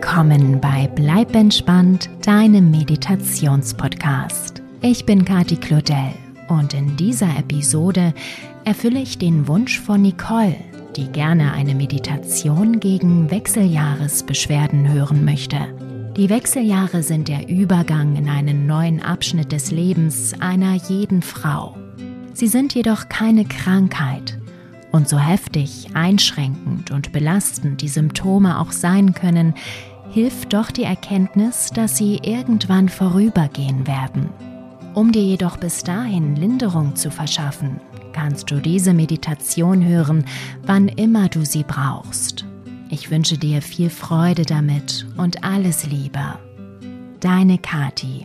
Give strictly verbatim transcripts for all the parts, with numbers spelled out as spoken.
willkommen bei Bleib entspannt, deinem Meditationspodcast. Ich bin Kati Claudel und in dieser Episode erfülle ich den Wunsch von Nicole, die gerne eine Meditation gegen Wechseljahresbeschwerden hören möchte. Die Wechseljahre sind der Übergang in einen neuen Abschnitt des Lebens einer jeden Frau. Sie sind jedoch keine Krankheit. Und so heftig, einschränkend und belastend die Symptome auch sein können, hilft doch die Erkenntnis, dass sie irgendwann vorübergehen werden. Um dir jedoch bis dahin Linderung zu verschaffen, kannst du diese Meditation hören, wann immer du sie brauchst. Ich wünsche dir viel Freude damit und alles Liebe. Deine Kati.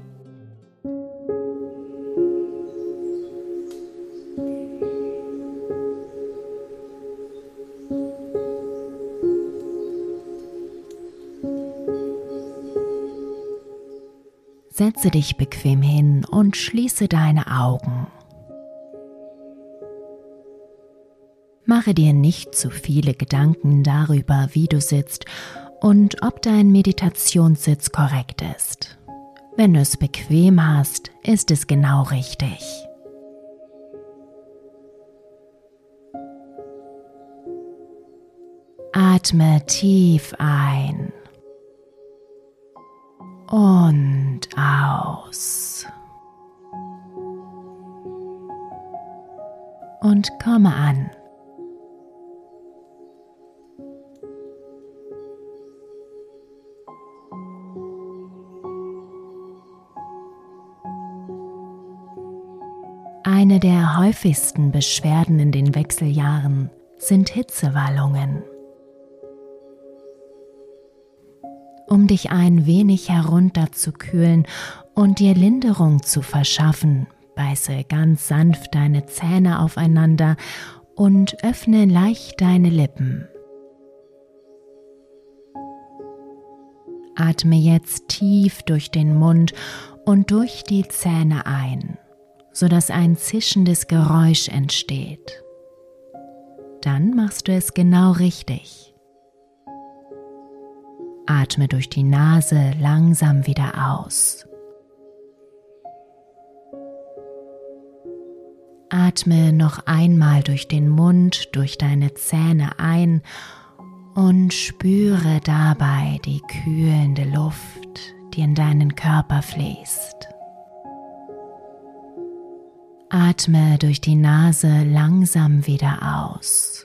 Setze dich bequem hin und schließe deine Augen. Mache dir nicht zu viele Gedanken darüber, wie du sitzt und ob dein Meditationssitz korrekt ist. Wenn du es bequem hast, ist es genau richtig. Atme tief ein und aus. Und komme an. Eine der häufigsten Beschwerden in den Wechseljahren sind Hitzewallungen. Um dich ein wenig herunterzukühlen und dir Linderung zu verschaffen, beiße ganz sanft deine Zähne aufeinander und öffne leicht deine Lippen. Atme jetzt tief durch den Mund und durch die Zähne ein, sodass ein zischendes Geräusch entsteht. Dann machst du es genau richtig. Atme durch die Nase langsam wieder aus. Atme noch einmal durch den Mund, durch deine Zähne ein und spüre dabei die kühlende Luft, die in deinen Körper fließt. Atme durch die Nase langsam wieder aus.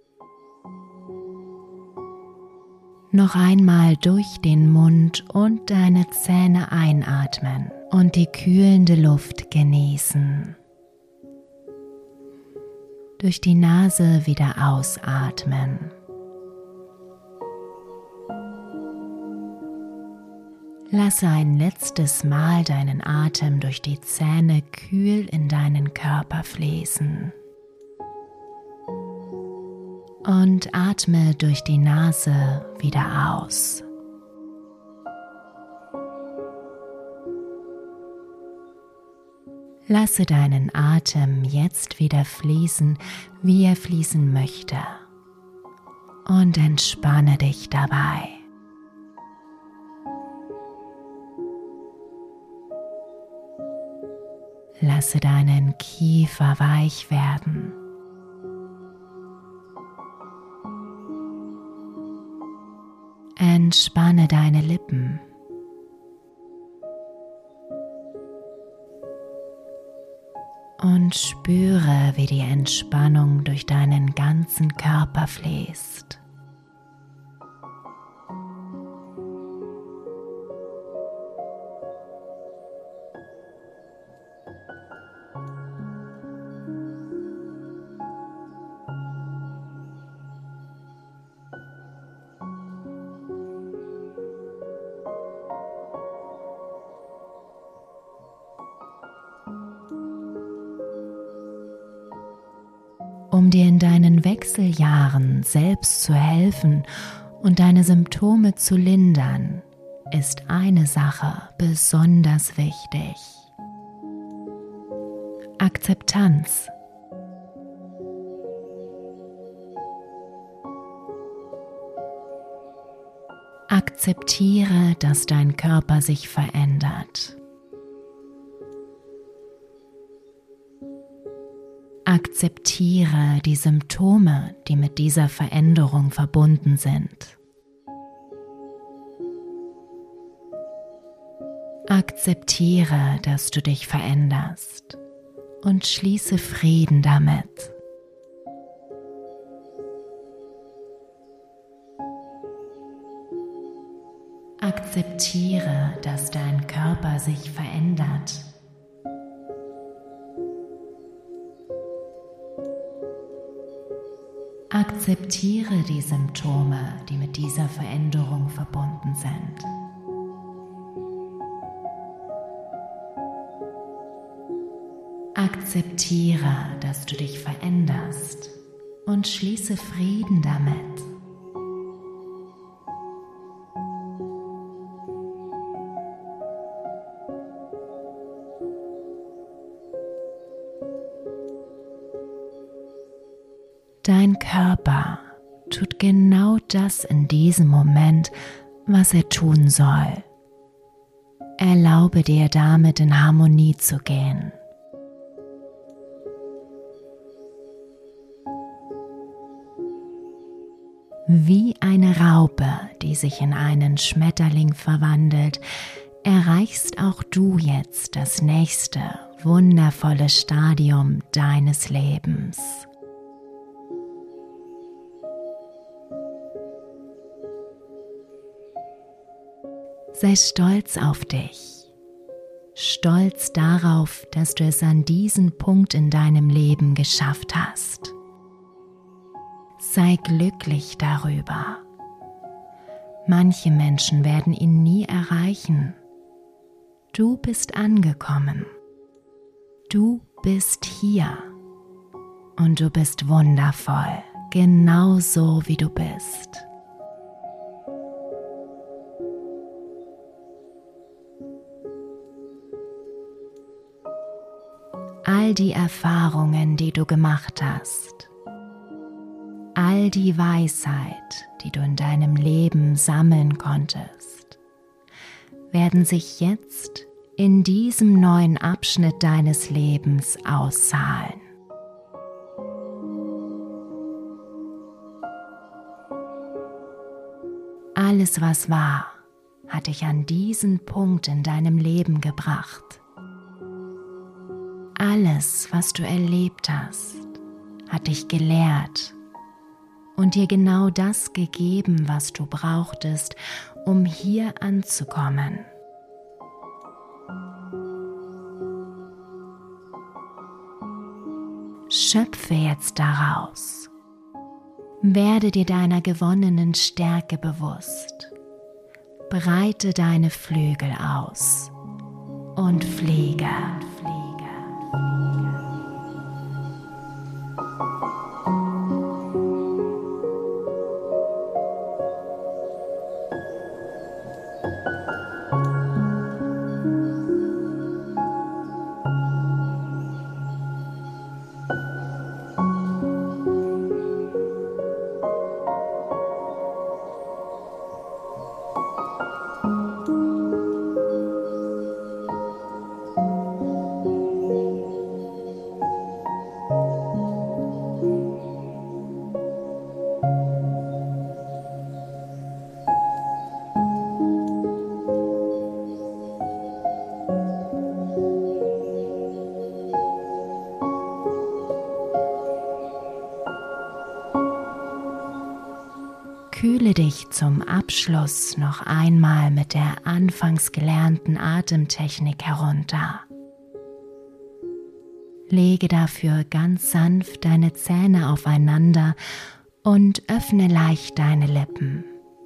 Noch einmal durch den Mund und deine Zähne einatmen und die kühlende Luft genießen. Durch die Nase wieder ausatmen. Lasse ein letztes Mal deinen Atem durch die Zähne kühl in deinen Körper fließen. Und atme durch die Nase wieder aus. Lasse deinen Atem jetzt wieder fließen, wie er fließen möchte. Und entspanne dich dabei. Lasse deinen Kiefer weich werden. Entspanne deine Lippen. Und spüre, wie die Entspannung durch deinen ganzen Körper fließt. Um dir in deinen Wechseljahren selbst zu helfen und deine Symptome zu lindern, ist eine Sache besonders wichtig. Akzeptanz. Akzeptiere, dass dein Körper sich verändert. Akzeptiere die Symptome, die mit dieser Veränderung verbunden sind. Akzeptiere, dass du dich veränderst und schließe Frieden damit. Akzeptiere, dass dein Körper sich verändert. Akzeptiere die Symptome, die mit dieser Veränderung verbunden sind. Akzeptiere, dass du dich veränderst und schließe Frieden damit. Dein Körper tut genau das in diesem Moment, was er tun soll. Erlaube dir damit in Harmonie zu gehen. Wie eine Raupe, die sich in einen Schmetterling verwandelt, erreichst auch du jetzt das nächste wundervolle Stadium deines Lebens. Sei stolz auf dich, stolz darauf, dass du es an diesen Punkt in deinem Leben geschafft hast. Sei glücklich darüber. Manche Menschen werden ihn nie erreichen. Du bist angekommen. Du bist hier. Und du bist wundervoll, genau so wie du bist. All die Erfahrungen, die du gemacht hast, all die Weisheit, die du in deinem Leben sammeln konntest, werden sich jetzt in diesem neuen Abschnitt deines Lebens auszahlen. Alles, was war, hat dich an diesen Punkt in deinem Leben gebracht. Alles, was du erlebt hast, hat dich gelehrt und dir genau das gegeben, was du brauchtest, um hier anzukommen. Schöpfe jetzt daraus. Werde dir deiner gewonnenen Stärke bewusst. Breite deine Flügel aus und fliege. Kühle dich zum Abschluss noch einmal mit der anfangs gelernten Atemtechnik herunter. Lege dafür ganz sanft deine Zähne aufeinander und öffne leicht deine Lippen.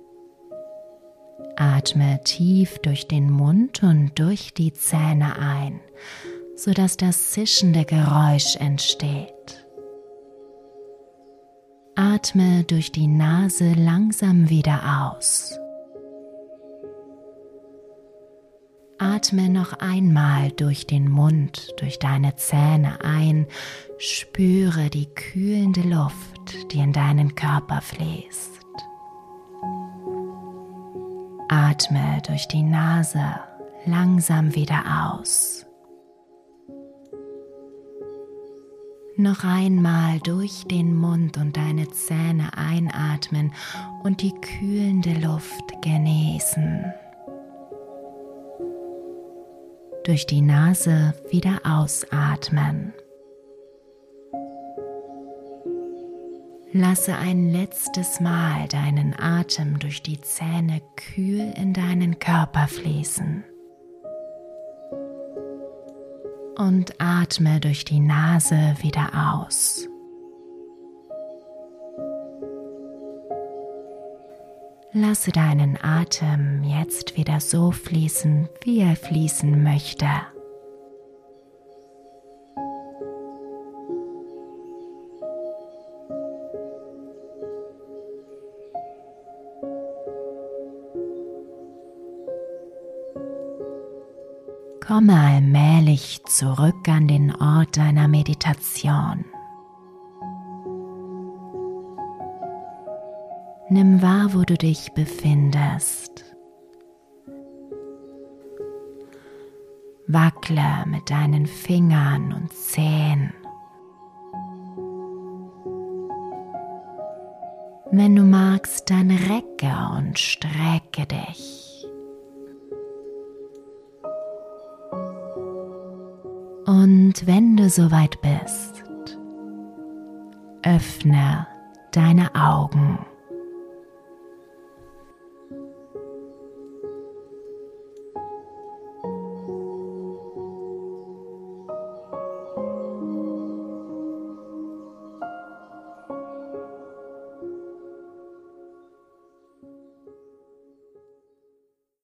Atme tief durch den Mund und durch die Zähne ein, sodass das zischende Geräusch entsteht. Atme durch die Nase langsam wieder aus. Atme noch einmal durch den Mund, durch deine Zähne ein. Spüre die kühlende Luft, die in deinen Körper fließt. Atme durch die Nase langsam wieder aus. Noch einmal durch den Mund und deine Zähne einatmen und die kühlende Luft genießen. Durch die Nase wieder ausatmen. Lasse ein letztes Mal deinen Atem durch die Zähne kühl in deinen Körper fließen. Und atme durch die Nase wieder aus. Lasse deinen Atem jetzt wieder so fließen, wie er fließen möchte. Komme allmählich zurück an den Ort deiner Meditation. Nimm wahr, wo du dich befindest. Wackle mit deinen Fingern und Zehen. Wenn du magst, dann recke und strecke dich. Und wenn du soweit bist, öffne deine Augen.